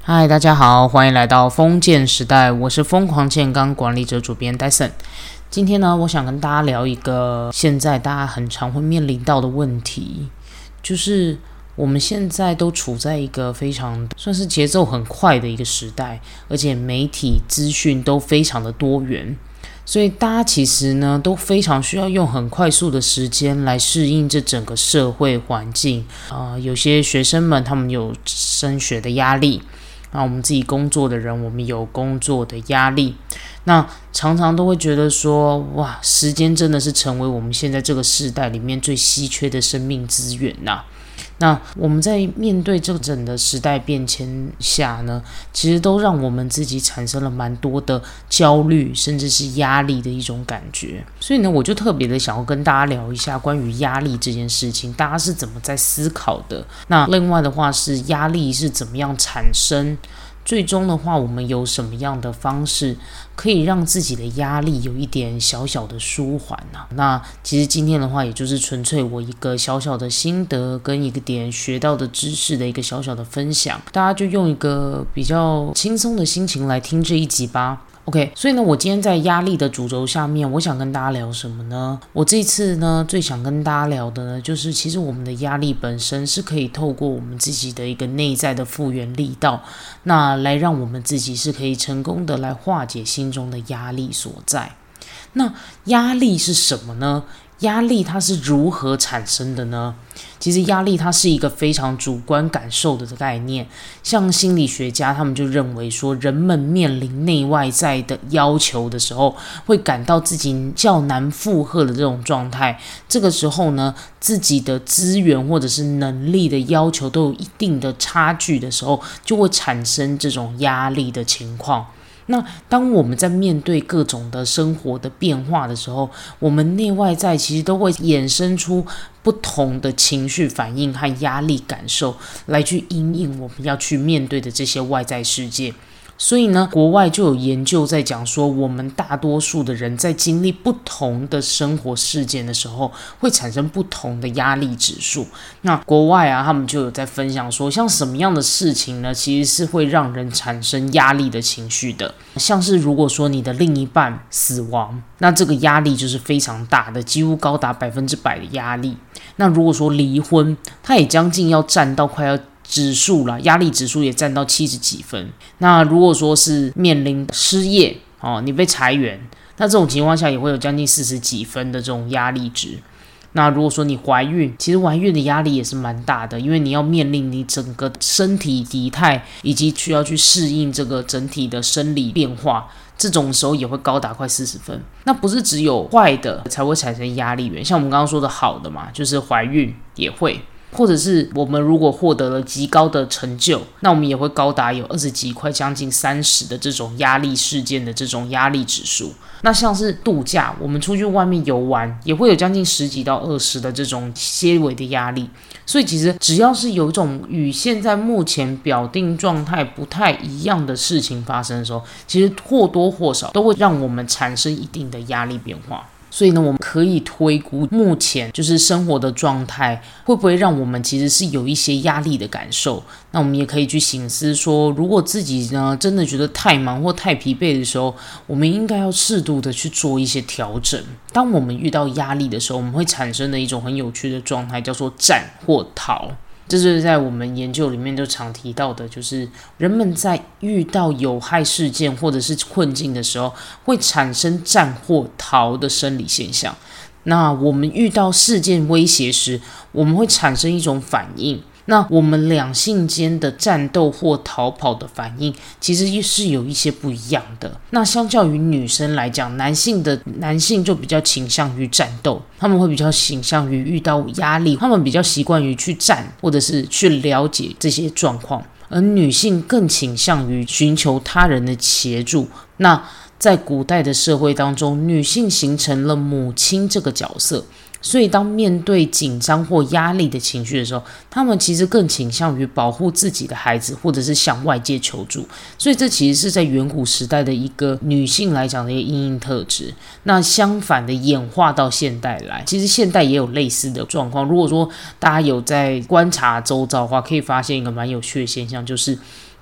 嗨，大家好，欢迎来到封建时代，我是疯狂健康管理者主编 Dyson。今天呢，我想跟大家聊一个现在大家很常会面临到的问题，就是我们现在都处在一个非常算是节奏很快的一个时代，而且媒体资讯都非常的多元，所以大家其实呢都非常需要用很快速的时间来适应这整个社会环境。有些学生们他们有升学的压力，那我们自己工作的人，我们有工作的压力，那常常都会觉得说，哇，时间真的是成为我们现在这个世代里面最稀缺的生命资源呐。那我们在面对这整个时代变迁下呢，其实都让我们自己产生了蛮多的焦虑，甚至是压力的一种感觉。所以呢，我就特别的想要跟大家聊一下关于压力这件事情，大家是怎么在思考的？那另外的话是压力是怎么样产生？最终的话，我们有什么样的方式可以让自己的压力有一点小小的舒缓呢？那其实今天的话，也就是纯粹我一个小小的心得跟一个点学到的知识的一个小小的分享，大家就用一个比较轻松的心情来听这一集吧。OK， 所以呢，我今天在压力的主轴下面，我想跟大家聊什么呢？我这次呢，最想跟大家聊的呢，就是其实我们的压力本身是可以透过我们自己的一个内在的复原力道，那来让我们自己是可以成功的来化解心中的压力所在。那压力是什么呢？压力它是如何产生的呢？其实压力它是一个非常主观感受的概念，像心理学家他们就认为说，人们面临内外在的要求的时候，会感到自己较难负荷的这种状态，这个时候呢，自己的资源或者是能力的要求都有一定的差距的时候，就会产生这种压力的情况。那当我们在面对各种的生活的变化的时候，我们内外在其实都会衍生出不同的情绪反应和压力感受，来去因应我们要去面对的这些外在世界。所以呢，国外就有研究在讲说，我们大多数的人在经历不同的生活事件的时候，会产生不同的压力指数。那国外他们就有在分享说，像什么样的事情呢，其实是会让人产生压力的情绪的。像是如果说你的另一半死亡，那这个压力就是非常大的，几乎高达100%的压力。那如果说离婚，它也将近要占到快要指数啦，压力指数也占到70几分。那如果说是面临失业你被裁员，那这种情况下也会有将近40几分的这种压力值。那如果说你怀孕，其实怀孕的压力也是蛮大的，因为你要面临你整个身体体态，以及需要去适应这个整体的生理变化，这种时候也会高达快40分。那不是只有坏的才会产生压力源，像我们刚刚说的好的嘛，就是怀孕也会，或者是我们如果获得了极高的成就，那我们也会高达有20几快将近30的这种压力事件的这种压力指数。那像是度假，我们出去外面游玩也会有将近10几到20的这种些微的压力。所以其实只要是有一种与现在目前表定状态不太一样的事情发生的时候，其实或多或少都会让我们产生一定的压力变化。所以呢，我们可以推估目前就是生活的状态会不会让我们其实是有一些压力的感受。那我们也可以去省思说，如果自己呢真的觉得太忙或太疲惫的时候，我们应该要适度的去做一些调整。当我们遇到压力的时候，我们会产生的一种很有趣的状态，叫做战或逃。这是在我们研究里面就常提到的，就是人们在遇到有害事件或者是困境的时候，会产生战或逃的生理现象。那我们遇到事件威胁时，我们会产生一种反应。那我们两性间的战斗或逃跑的反应其实是有一些不一样的。那相较于女生来讲，男性就比较倾向于战斗，他们会比较倾向于遇到压力，他们比较习惯于去战或者是去了解这些状况，而女性更倾向于寻求他人的协助。那在古代的社会当中，女性形成了母亲这个角色，所以当面对紧张或压力的情绪的时候，他们其实更倾向于保护自己的孩子，或者是向外界求助。所以这其实是在远古时代的一个女性来讲的一个因应特质。那相反的演化到现代来，其实现代也有类似的状况。如果说大家有在观察周遭的话，可以发现一个蛮有趣的现象，就是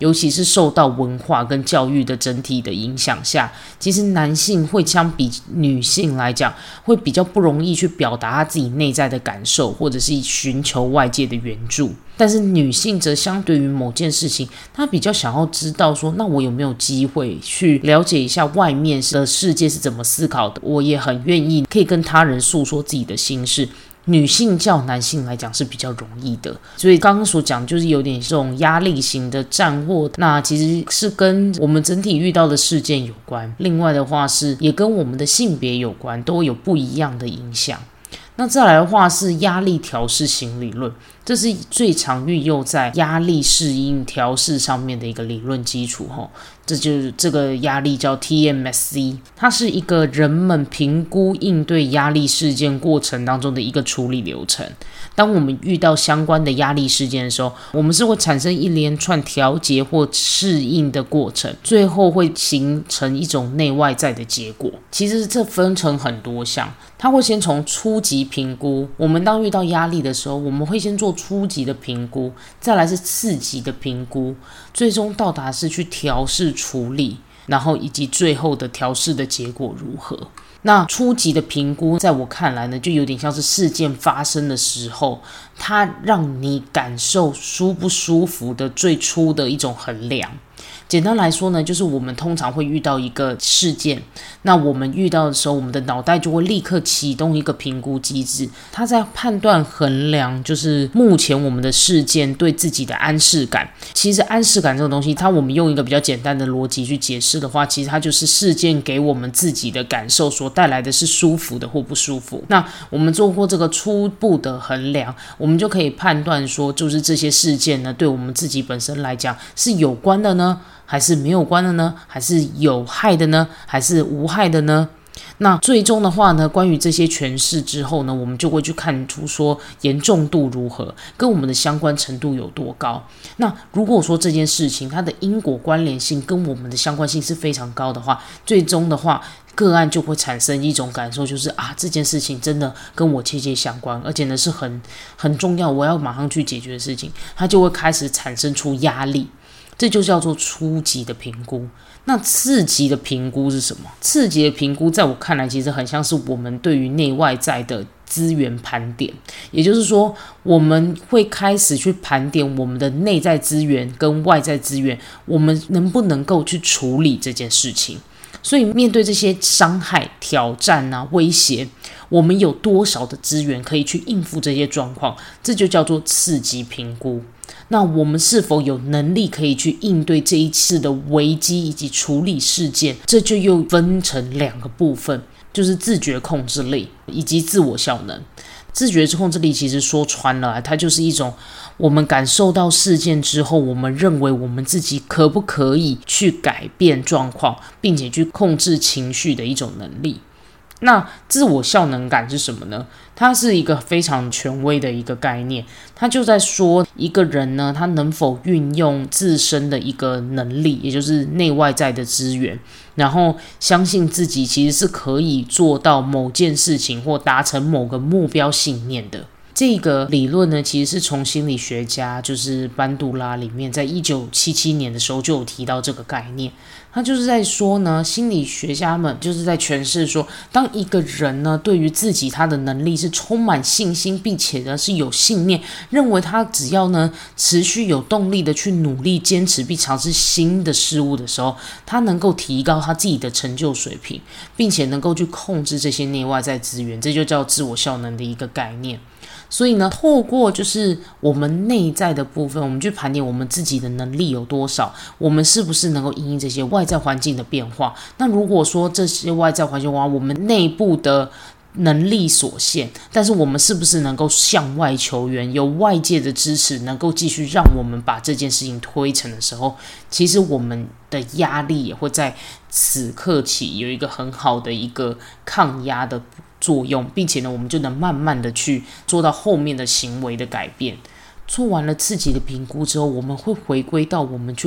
尤其是受到文化跟教育的整体的影响下，其实男性会相比女性来讲，会比较不容易去表达他自己内在的感受，或者是寻求外界的援助。但是女性则相对于某件事情，她比较想要知道说，那我有没有机会去了解一下外面的世界是怎么思考的，我也很愿意可以跟他人诉说自己的心事。女性较男性来讲是比较容易的，所以刚刚所讲就是有点这种压力型的战祸，那其实是跟我们整体遇到的事件有关，另外的话是也跟我们的性别有关，都有不一样的影响。那再来的话是压力调试型理论，这是最常运用在压力适应调试上面的一个理论基础。这就是这个压力叫 TMSC， 它是一个人们评估应对压力事件过程当中的一个处理流程。当我们遇到相关的压力事件的时候，我们是会产生一连串调节或适应的过程，最后会形成一种内外在的结果。其实这分成很多项，它会先从初级评估，我们当遇到压力的时候，我们会先做初级的评估，再来是次级的评估，最终到达是去调试处理，然后以及最后的调试的结果如何。那初级的评估在我看来呢，就有点像是事件发生的时候，它让你感受舒不舒服的最初的一种衡量。简单来说呢，就是我们通常会遇到一个事件，那我们遇到的时候，我们的脑袋就会立刻启动一个评估机制，它在判断衡量就是目前我们的事件对自己的安适感。其实安适感这个东西，我们用一个比较简单的逻辑去解释的话，其实它就是事件给我们自己的感受所带来的是舒服的或不舒服。那我们做过这个初步的衡量，我们就可以判断说，就是这些事件呢，对我们自己本身来讲是有关的呢，还是没有关的呢？还是有害的呢？还是无害的呢？那最终的话呢，关于这些诠释之后呢，我们就会去看出说严重度如何，跟我们的相关程度有多高。那如果说这件事情它的因果关联性跟我们的相关性是非常高的话，最终的话个案就会产生一种感受，就是这件事情真的跟我切切相关，而且呢是很重要，我要马上去解决的事情，它就会开始产生出压力。这就叫做初级的评估。那次级的评估是什么？次级的评估在我看来其实很像是我们对于内外在的资源盘点，也就是说我们会开始去盘点我们的内在资源跟外在资源，我们能不能够去处理这件事情。所以面对这些伤害、挑战威胁，我们有多少的资源可以去应付这些状况，这就叫做次级评估。那我们是否有能力可以去应对这一次的危机以及处理事件，这就又分成两个部分，就是自觉控制力以及自我效能。自觉控制力其实说穿了，它就是一种我们感受到事件之后，我们认为我们自己可不可以去改变状况，并且去控制情绪的一种能力。那自我效能感是什么呢？它是一个非常权威的一个概念，它就在说一个人呢，他能否运用自身的一个能力，也就是内外在的资源，然后相信自己其实是可以做到某件事情或达成某个目标信念的。这个理论呢，其实是从心理学家就是班杜拉里面在1977年的时候就有提到这个概念。他就是在说呢，心理学家们就是在诠释说，当一个人呢对于自己他的能力是充满信心，并且呢是有信念，认为他只要呢持续有动力的去努力坚持并尝试新的事物的时候，他能够提高他自己的成就水平，并且能够去控制这些内外在资源，这就叫自我效能的一个概念。所以呢，透过就是我们内在的部分，我们去盘点我们自己的能力有多少，我们是不是能够因应这些外在环境的变化。那如果说这些外在环境我们内部的能力所限，但是我们是不是能够向外求援，有外界的支持，能够继续让我们把这件事情推成的时候，其实我们的压力也会在此刻起有一个很好的一个抗压的作用，并且呢，我们就能慢慢的去做到后面的行为的改变。做完了自己的评估之后，我们会回归到我们去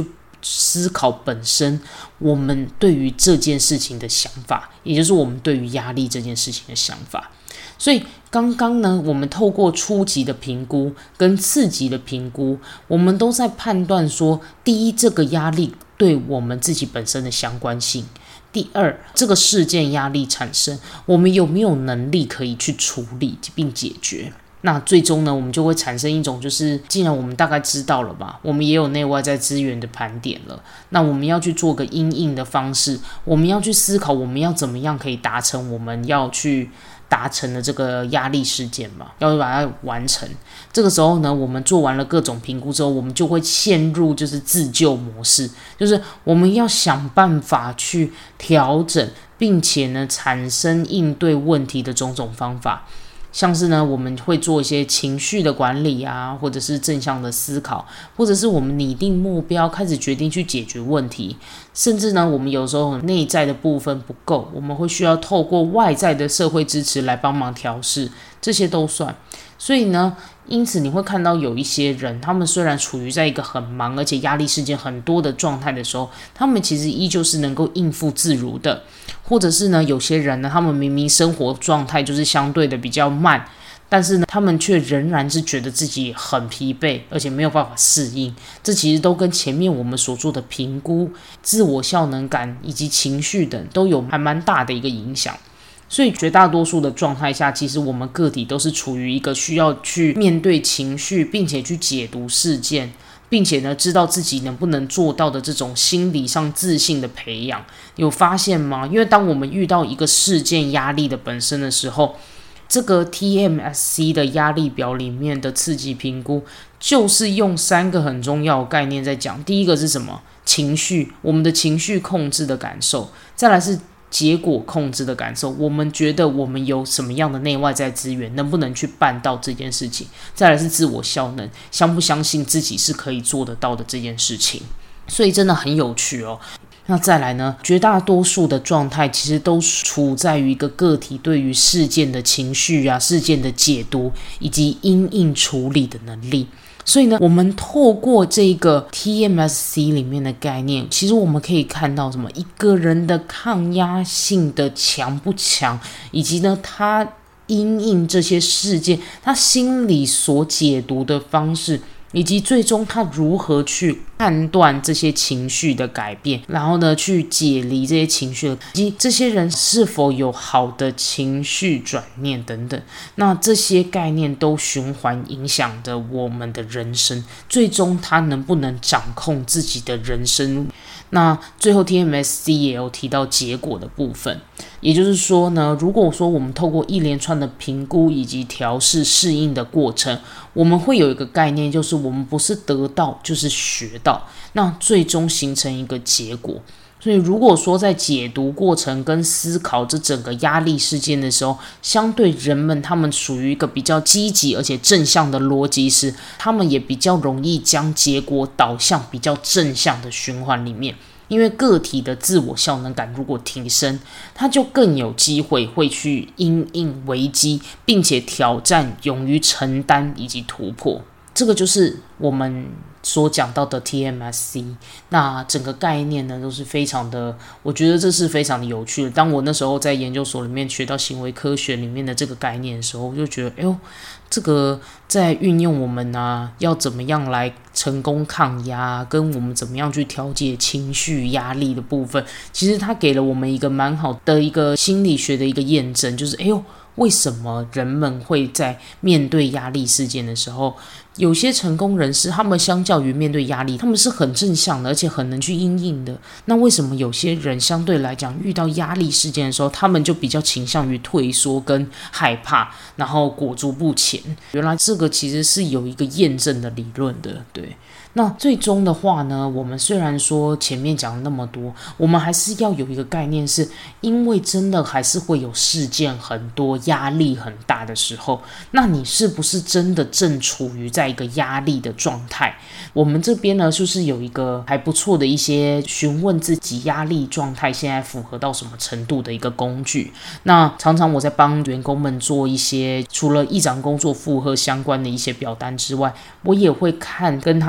思考本身我们对于这件事情的想法，也就是我们对于压力这件事情的想法。所以刚刚呢，我们透过初级的评估跟次级的评估，我们都在判断说，第一，这个压力对我们自己本身的相关性；第二，这个事件压力产生，我们有没有能力可以去处理并解决。那最终呢，我们就会产生一种就是既然我们大概知道了吧，我们也有内外在资源的盘点了，那我们要去做个因应的方式，我们要去思考我们要怎么样可以达成我们要去达成的这个压力事件嘛，要把它完成。这个时候呢，我们做完了各种评估之后，我们就会陷入就是自救模式，就是我们要想办法去调整，并且呢产生应对问题的种种方法。像是呢，我们会做一些情绪的管理啊，或者是正向的思考，或者是我们拟定目标，开始决定去解决问题。甚至呢，我们有时候内在的部分不够，我们会需要透过外在的社会支持来帮忙调试，这些都算。所以呢，因此你会看到有一些人，他们虽然处于在一个很忙而且压力事件很多的状态的时候，他们其实依旧是能够应付自如的。或者是呢，有些人呢，他们明明生活状态就是相对的比较慢，但是呢，他们却仍然是觉得自己很疲惫，而且没有办法适应。这其实都跟前面我们所做的评估、自我效能感以及情绪等都有还蛮大的一个影响。所以绝大多数的状态下，其实我们个体都是处于一个需要去面对情绪，并且去解读事件，并且呢，知道自己能不能做到的这种心理上自信的培养。有发现吗？因为当我们遇到一个事件压力的本身的时候，这个 TMSC 的压力表里面的刺激评估，就是用3个很重要的概念在讲。第一个是什么？情绪，我们的情绪控制的感受；再来是结果控制的感受，我们觉得我们有什么样的内外在资源，能不能去办到这件事情；再来是自我效能，相不相信自己是可以做得到的这件事情。所以真的很有趣哦。那再来呢，绝大多数的状态其实都处在于一个个体对于事件的情绪啊、事件的解读以及因应处理的能力。所以呢，我们透过这个 TMSC 里面的概念，其实我们可以看到什么？一个人的抗压性的强不强，以及呢，他因应这些事件，他心里所解读的方式，以及最终他如何去判断这些情绪的改变，然后呢去解离这些情绪，以及这些人是否有好的情绪转念等等。那这些概念都循环影响着我们的人生，最终他能不能掌控自己的人生。那最后 TMSC 也有提到结果的部分，也就是说呢，如果说我们透过一连串的评估以及调试适应的过程，我们会有一个概念，就是我们不是得到就是学到，那最终形成一个结果。所以如果说在解读过程跟思考这整个压力事件的时候，相对人们他们属于一个比较积极而且正向的逻辑时，他们也比较容易将结果导向比较正向的循环里面。因为个体的自我效能感如果提升，他就更有机会会去因应危机，并且挑战，勇于承担以及突破。这个就是我们所讲到的 TMSC。 那整个概念呢都是非常的，我觉得这是非常的有趣的。当我那时候在研究所里面学到行为科学里面的这个概念的时候，我就觉得这个在运用我们要怎么样来成功抗压，跟我们怎么样去调节情绪压力的部分，其实它给了我们一个蛮好的一个心理学的一个验证，就是为什么人们会在面对压力事件的时候，有些成功人士他们相较于面对压力，他们是很正向的，而且很能去因应的。那为什么有些人相对来讲遇到压力事件的时候，他们就比较倾向于退缩跟害怕，然后裹足不前？原来这个其实是有一个验证的理论的。对，那最终的话呢，我们虽然说前面讲了那么多，我们还是要有一个概念，是因为真的还是会有事件很多，压力很大的时候，那你是不是真的正处于在一个压力的状态？我们这边呢，就是有一个还不错的一些询问自己压力状态现在符合到什么程度的一个工具。那常常我在帮员工们做一些除了议长工作负荷相关的一些表单之外，我也会看跟他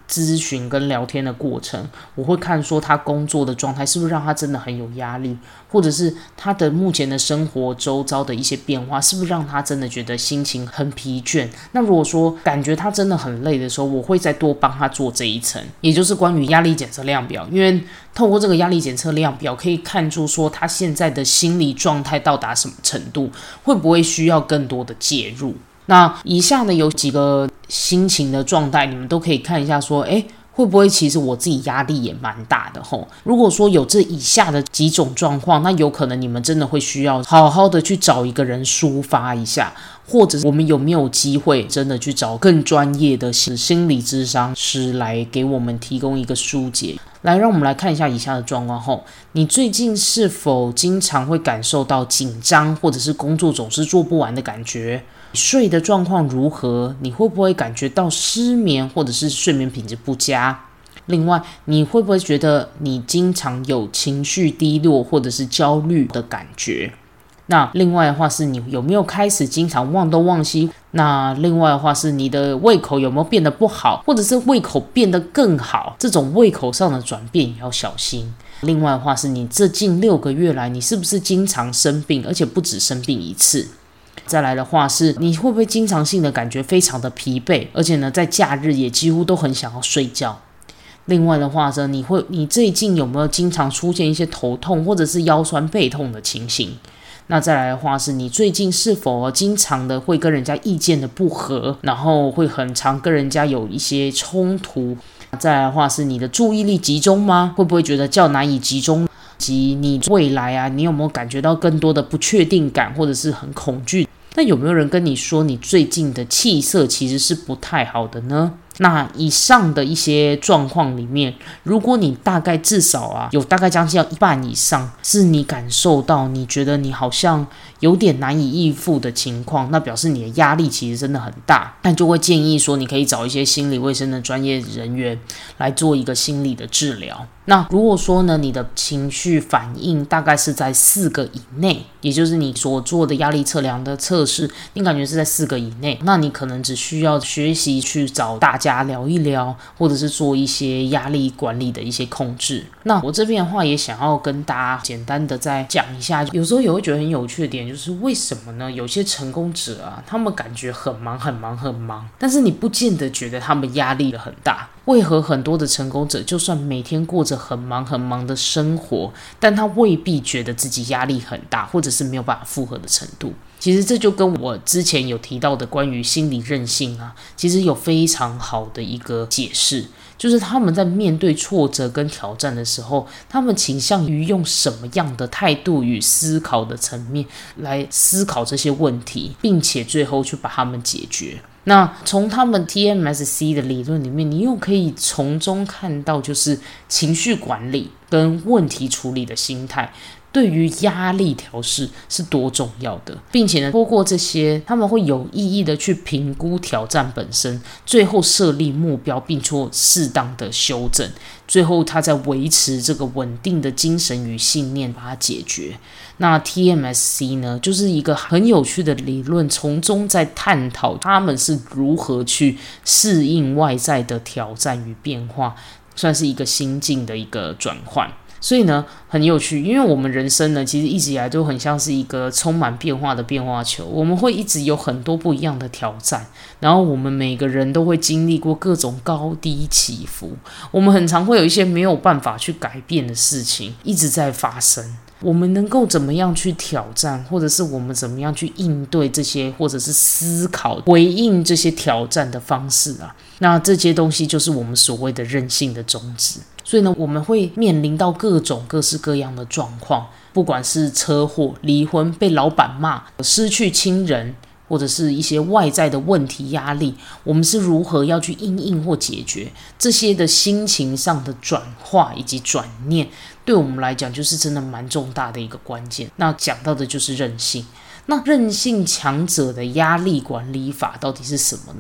咨询跟聊天的过程，我会看说他工作的状态是不是让他真的很有压力，或者是他的目前的生活周遭的一些变化是不是让他真的觉得心情很疲倦。那如果说感觉他真的很累的时候，我会再多帮他做这一层，也就是关于压力检测量表。因为透过这个压力检测量表可以看出说他现在的心理状态到达什么程度，会不会需要更多的介入。那以下呢有几个心情的状态，你们都可以看一下说会不会其实我自己压力也蛮大的吼？如果说有这以下的几种状况，那有可能你们真的会需要好好的去找一个人抒发一下，或者我们有没有机会真的去找更专业的心理咨商师来给我们提供一个疏解。来，让我们来看一下以下的状况后，你最近是否经常会感受到紧张，或者是工作总是做不完的感觉？睡的状况如何？你会不会感觉到失眠，或者是睡眠品质不佳？另外，你会不会觉得你经常有情绪低落或者是焦虑的感觉？那另外的话是你有没有开始经常忘东忘西？那另外的话是你的胃口有没有变得不好，或者是胃口变得更好？这种胃口上的转变也要小心。另外的话是你这近6个月来，你是不是经常生病，而且不止生病一次？再来的话是你会不会经常性的感觉非常的疲惫，而且呢在假日也几乎都很想要睡觉？另外的话呢，你最近有没有经常出现一些头痛或者是腰酸背痛的情形？那再来的话是你最近是否经常的会跟人家意见的不合，然后会很常跟人家有一些冲突？再来的话是你的注意力集中吗？会不会觉得较难以集中？及你未来啊，你有没有感觉到更多的不确定感，或者是很恐惧？那有没有人跟你说你最近的气色其实是不太好的呢？那以上的一些状况里面，如果你大概至少有大概将近一半以上是你感受到你觉得你好像有点难以应付的情况，那表示你的压力其实真的很大，那就会建议说你可以找一些心理卫生的专业人员来做一个心理的治疗。那如果说呢，你的情绪反应大概是在4个以内，也就是你所做的压力测量的测试，你感觉是在4个以内，那你可能只需要学习去找大家聊一聊，或者是做一些压力管理的一些控制。那我这边的话也想要跟大家简单的再讲一下，有时候也会觉得很有趣的点就是为什么呢？有些成功者他们感觉很忙很忙很忙，但是你不见得觉得他们压力很大。为何很多的成功者就算每天过着很忙很忙的生活，但他未必觉得自己压力很大，或者是没有办法负荷的程度？其实这就跟我之前有提到的关于心理韧性其实有非常好的一个解释，就是他们在面对挫折跟挑战的时候，他们倾向于用什么样的态度与思考的层面来思考这些问题，并且最后去把它们解决。那从他们 TMSC 的理论里面，你又可以从中看到就是情绪管理跟问题处理的心态对于压力调试是多重要的，并且呢，透过这些他们会有意义的去评估挑战本身，最后设立目标并做适当的修正，最后他在维持这个稳定的精神与信念把它解决。那 TMSC 呢，就是一个很有趣的理论，从中在探讨他们是如何去适应外在的挑战与变化，算是一个心境的一个转换。所以呢，很有趣，因为我们人生呢，其实一直以来都很像是一个充满变化的变化球，我们会一直有很多不一样的挑战，然后我们每个人都会经历过各种高低起伏，我们很常会有一些没有办法去改变的事情一直在发生。我们能够怎么样去挑战，或者是我们怎么样去应对这些，或者是思考回应这些挑战的方式那这些东西就是我们所谓的韧性的宗旨。所以呢，我们会面临到各种各式各样的状况，不管是车祸、离婚、被老板骂、失去亲人，或者是一些外在的问题压力，我们是如何要去因应或解决这些的心情上的转化以及转念，对我们来讲就是真的蛮重大的一个关键。那讲到的就是韧性。那韧性强者的压力管理法到底是什么呢？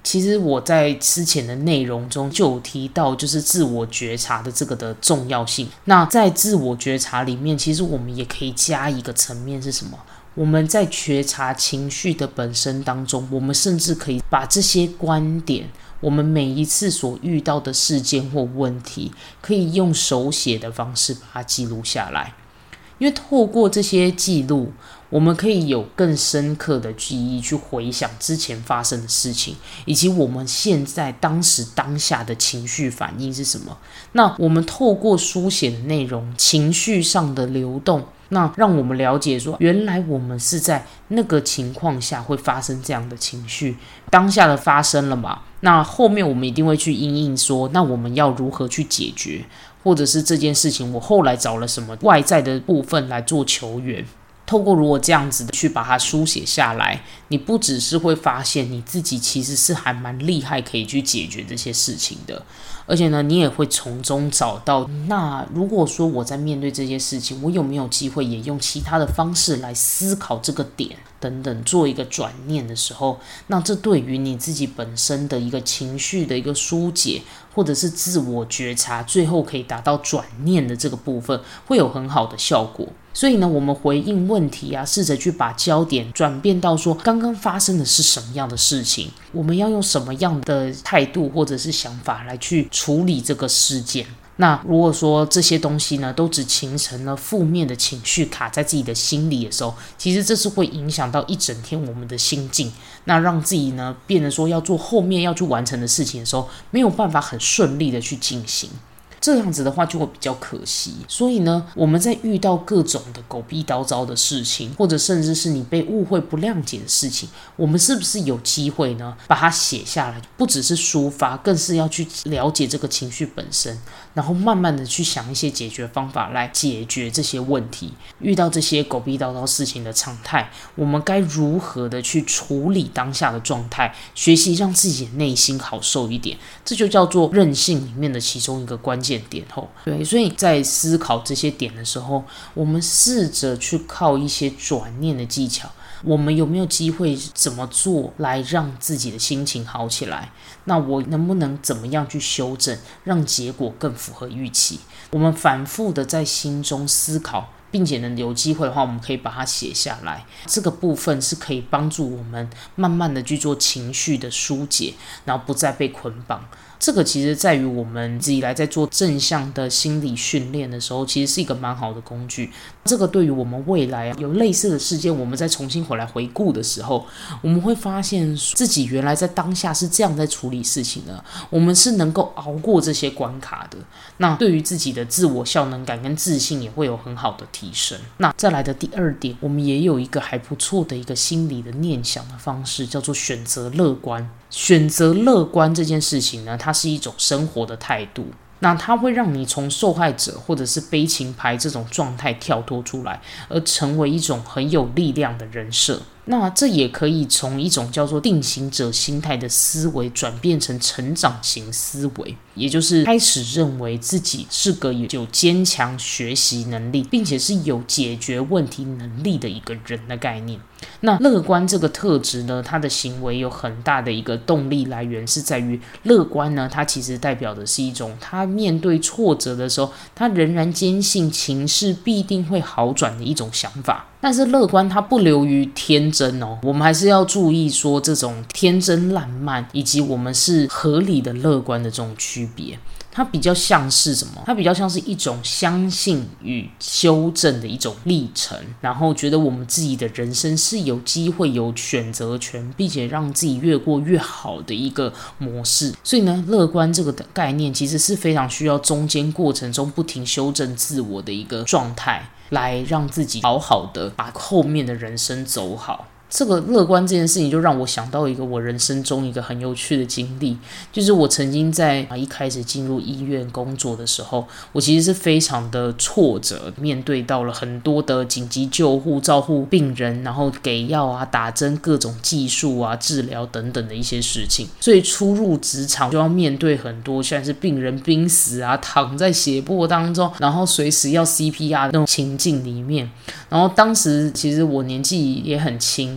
其实我在之前的内容中就有提到，就是自我觉察的这个的重要性。那在自我觉察里面，其实我们也可以加一个层面是什么？我们在觉察情绪的本身当中，我们甚至可以把这些观点，我们每一次所遇到的事件或问题，可以用手写的方式把它记录下来。因为透过这些记录，我们可以有更深刻的记忆去回想之前发生的事情，以及我们现在当下的情绪反应是什么。那我们透过书写的内容，情绪上的流动，那让我们了解说，原来我们是在那个情况下会发生这样的情绪，当下的发生了嘛？那后面我们一定会去因应说，那我们要如何去解决，或者是这件事情我后来找了什么外在的部分来做求援。透过如果这样子的去把它书写下来，你不只是会发现你自己其实是还蛮厉害可以去解决这些事情的，而且呢，你也会从中找到，那如果说我在面对这些事情，我有没有机会也用其他的方式来思考这个点等等，做一个转念的时候，那这对于你自己本身的一个情绪的一个疏解，或者是自我觉察，最后可以达到转念的这个部分，会有很好的效果。所以呢，我们回应问题啊，试着去把焦点转变到说，刚刚发生的是什么样的事情，我们要用什么样的态度或者是想法来去处理这个事件。那如果说这些东西呢，都只形成了负面的情绪卡在自己的心里的时候，其实这是会影响到一整天我们的心境，那让自己呢变得说要做后面要去完成的事情的时候，没有办法很顺利的去进行。这样子的话就会比较可惜。所以呢，我们在遇到各种的狗屁叨叨的事情，或者甚至是你被误会不谅解的事情，我们是不是有机会呢把它写下来，不只是抒发，更是要去了解这个情绪本身，然后慢慢的去想一些解决方法来解决这些问题。遇到这些狗屁叨叨事情的常态，我们该如何的去处理当下的状态，学习让自己的内心好受一点，这就叫做韧性里面的其中一个关键点。对，所以在思考这些点的时候，我们试着去靠一些转念的技巧，我们有没有机会怎么做来让自己的心情好起来？那我能不能怎么样去修正，让结果更符合预期？我们反复的在心中思考，并且呢，有机会的话，我们可以把它写下来。这个部分是可以帮助我们慢慢的去做情绪的疏解，然后不再被捆绑。这个其实在于我们自己来在做正向的心理训练的时候，其实是一个蛮好的工具。这个对于我们未来有类似的事件，我们再重新回来回顾的时候，我们会发现自己原来在当下是这样在处理事情的，我们是能够熬过这些关卡的。那对于自己的自我效能感跟自信也会有很好的提升。那再来的第二点，我们也有一个还不错的一个心理的念想的方式，叫做选择乐观。选择乐观这件事情呢，它是一种生活的态度，那它会让你从受害者或者是悲情牌这种状态跳脱出来，而成为一种很有力量的人设。那这也可以从一种叫做定型者心态的思维转变成成长型思维，也就是开始认为自己是个有坚强学习能力，并且是有解决问题能力的一个人的概念。那乐观这个特质呢，它的行为有很大的一个动力来源是在于乐观呢，它其实代表的是一种他面对挫折的时候，他仍然坚信情势必定会好转的一种想法。但是乐观它不流于天真哦，我们还是要注意说这种天真烂漫以及我们是合理的乐观的这种区别。它比较像是什么？它比较像是一种相信与修正的一种历程，然后觉得我们自己的人生是有机会有选择权，并且让自己越过越好的一个模式。所以呢，乐观这个概念其实是非常需要中间过程中不停修正自我的一个状态，来让自己好好的把后面的人生走好。这个乐观这件事情就让我想到一个我人生中一个很有趣的经历，就是我曾经在一开始进入医院工作的时候，我其实是非常的挫折，面对到了很多的紧急救护、照护病人，然后给药啊、打针、各种技术啊、治疗等等的一些事情。所以初入职场就要面对很多像是病人濒死啊、躺在血泊当中，然后随时要 CPR 的那种情境里面。然后当时其实我年纪也很轻，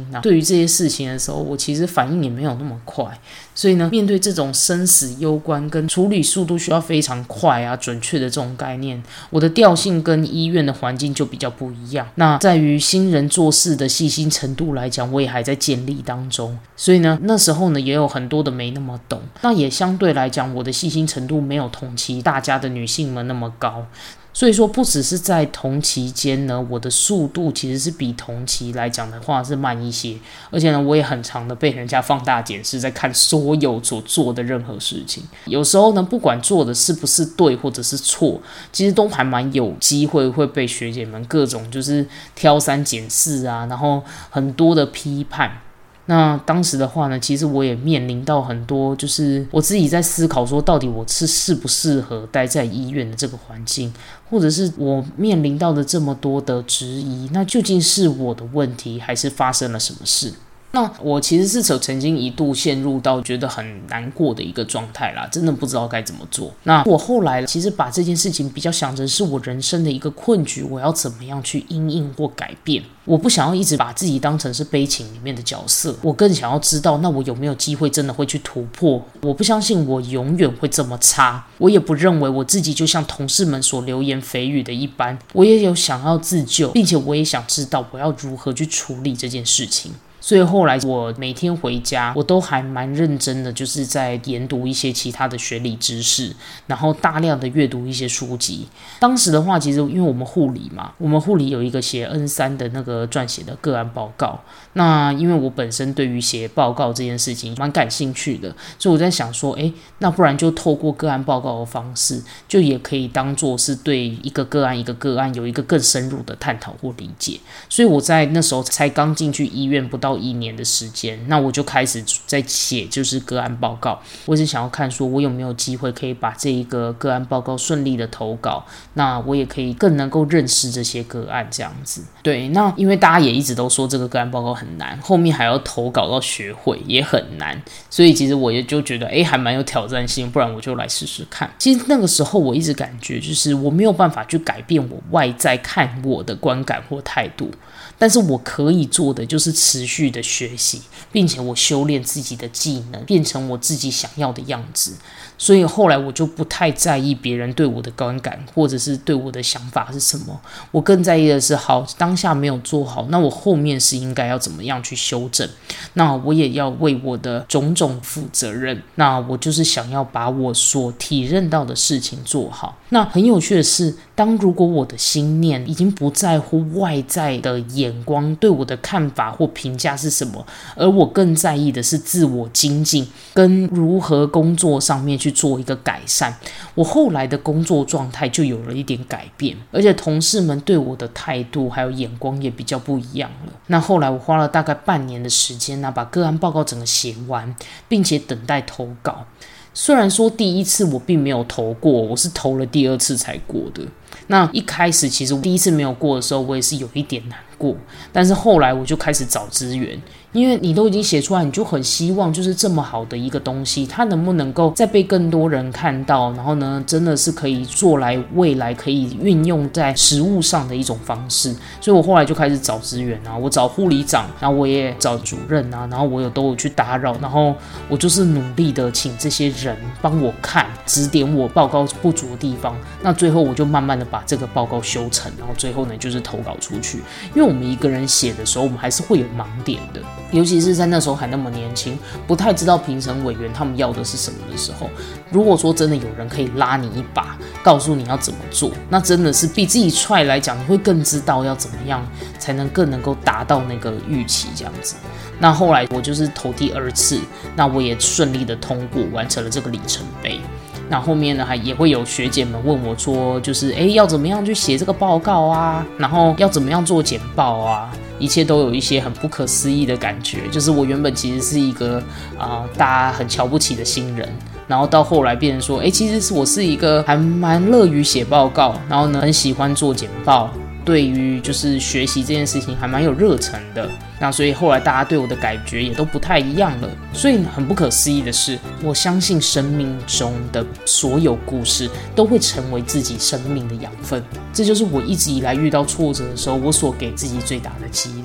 那对于这些事情的时候，我其实反应也没有那么快，所以呢，面对这种生死攸关跟处理速度需要非常快啊、准确的这种概念，我的调性跟医院的环境就比较不一样。那在于新人做事的细心程度来讲，我也还在建立当中，所以呢，那时候呢也有很多的没那么懂。那也相对来讲，我的细心程度没有同期大家的女性们那么高。所以说不只是在同期间呢，我的速度其实是比同期来讲的话是慢一些，而且呢我也很常的被人家放大检视，在看所有所做的任何事情。有时候呢不管做的是不是对或者是错，其实都还蛮有机会会被学姐们各种就是挑三拣四啊，然后很多的批判。那当时的话呢，其实我也面临到很多，就是我自己在思考说，到底我是适不适合待在医院的这个环境，或者是我面临到的这么多的质疑，那究竟是我的问题，还是发生了什么事？那我其实是曾经一度陷入到觉得很难过的一个状态啦，真的不知道该怎么做。那我后来其实把这件事情比较想成是我人生的一个困局，我要怎么样去因应或改变。我不想要一直把自己当成是悲情里面的角色，我更想要知道，那我有没有机会真的会去突破？我不相信我永远会这么差，我也不认为我自己就像同事们所流言蜚语的一般，我也有想要自救，并且我也想知道我要如何去处理这件事情。所以后来我每天回家，我都还蛮认真的，就是在研读一些其他的学理知识，然后大量的阅读一些书籍。当时的话，其实因为我们护理嘛，我们护理有一个写 N3 的那个撰写的个案报告。那因为我本身对于写报告这件事情蛮感兴趣的，所以我在想说，那不然就透过个案报告的方式，就也可以当作是对一个个案有一个更深入的探讨或理解。所以我在那时候才刚进去医院不到1年的时间，那我就开始在写就是个案报告。我是想要看说我有没有机会可以把这一个个案报告顺利的投稿，那我也可以更能够认识这些个案这样子。对，那因为大家也一直都说这个个案报告很难，后面还要投稿到学会也很难，所以其实我也就觉得还蛮有挑战性，不然我就来试试看。其实那个时候我一直感觉就是我没有办法去改变我外在看我的观感或态度，但是我可以做的就是持续的学习，并且我修炼自己的技能，变成我自己想要的样子。所以后来我就不太在意别人对我的观感或者是对我的想法是什么，我更在意的是好当下没有做好，那我后面是应该要怎么样去修正，那我也要为我的种种负责任，那我就是想要把我所体认到的事情做好。那很有趣的是，如果我的心念已经不在乎外在的眼光对我的看法或评价是什么，而我更在意的是自我精进跟如何工作上面去做一个改善，我后来的工作状态就有了一点改变，而且同事们对我的态度还有眼光也比较不一样了。那后来我花了大概半年的时间把个案报告整个写完，并且等待投稿。虽然说第一次我并没有投过，我是投了第2次才过的。那一开始其实第一次没有过的时候，我也是有一点难过，但是后来我就开始找资源，因为你都已经写出来，你就很希望就是这么好的一个东西，它能不能够再被更多人看到，然后呢真的是可以做来未来可以运用在实务上的一种方式。所以我后来就开始找资源啊，我找护理长，然后我也找主任啊，然后我都有去打扰，然后我就是努力的请这些人帮我看，指点我报告不足的地方。那最后我就慢慢的把这个报告修成，然后最后呢就是投稿出去。因为我们一个人写的时候，我们还是会有盲点的，尤其是在那时候还那么年轻，不太知道评审委员他们要的是什么的时候，如果说真的有人可以拉你一把，告诉你要怎么做，那真的是比自己try来讲，你会更知道要怎么样才能更能够达到那个预期这样子。那后来我就是投第2次，那我也顺利的通过，完成了这个里程碑。那后面呢，也会有学姐们问我说，就是要怎么样去写这个报告啊，然后要怎么样做简报啊，一切都有一些很不可思议的感觉。就是我原本其实是一个大家很瞧不起的新人，然后到后来变成说，其实我是一个还蛮乐于写报告，然后呢很喜欢做简报，对于就是学习这件事情还蛮有热忱的。那所以后来大家对我的感觉也都不太一样了。所以很不可思议的是，我相信生命中的所有故事都会成为自己生命的养分，这就是我一直以来遇到挫折的时候，我所给自己最大的激励。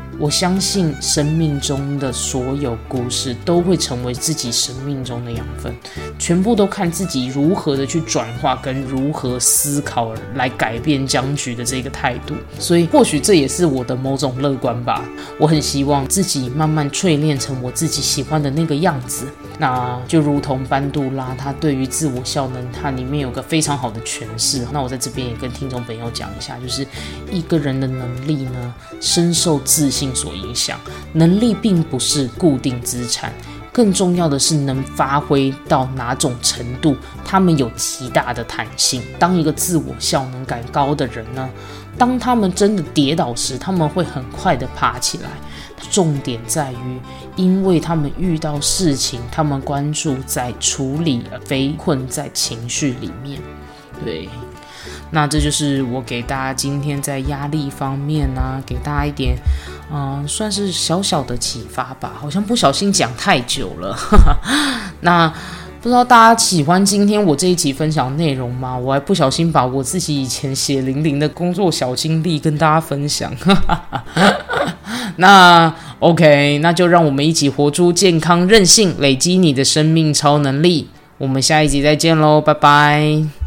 我相信生命中的所有故事都会成为自己生命中的养分，全部都看自己如何的去转化跟如何思考来改变僵局的这个态度。所以或许这也是我的某种乐观吧，我很希望自己慢慢淬炼成我自己喜欢的那个样子。那就如同班杜拉他对于自我效能它里面有个非常好的诠释，那我在这边也跟听众朋友讲一下，就是一个人的能力呢深受自信所影响，能力并不是固定资产，更重要的是能发挥到哪种程度，他们有极大的弹性。当一个自我效能感高的人呢，当他们真的跌倒时，他们会很快的爬起来。重点在于，因为他们遇到事情，他们关注在处理，而非困在情绪里面。对，那这就是我给大家今天在压力方面啊，给大家一点算是小小的启发吧，好像不小心讲太久了那不知道大家喜欢今天我这一集分享的内容吗？我还不小心把我自己以前血淋淋的工作小经历跟大家分享那 OK， 那就让我们一起活出健康韧性，累积你的生命超能力。我们下一集再见咯，拜拜。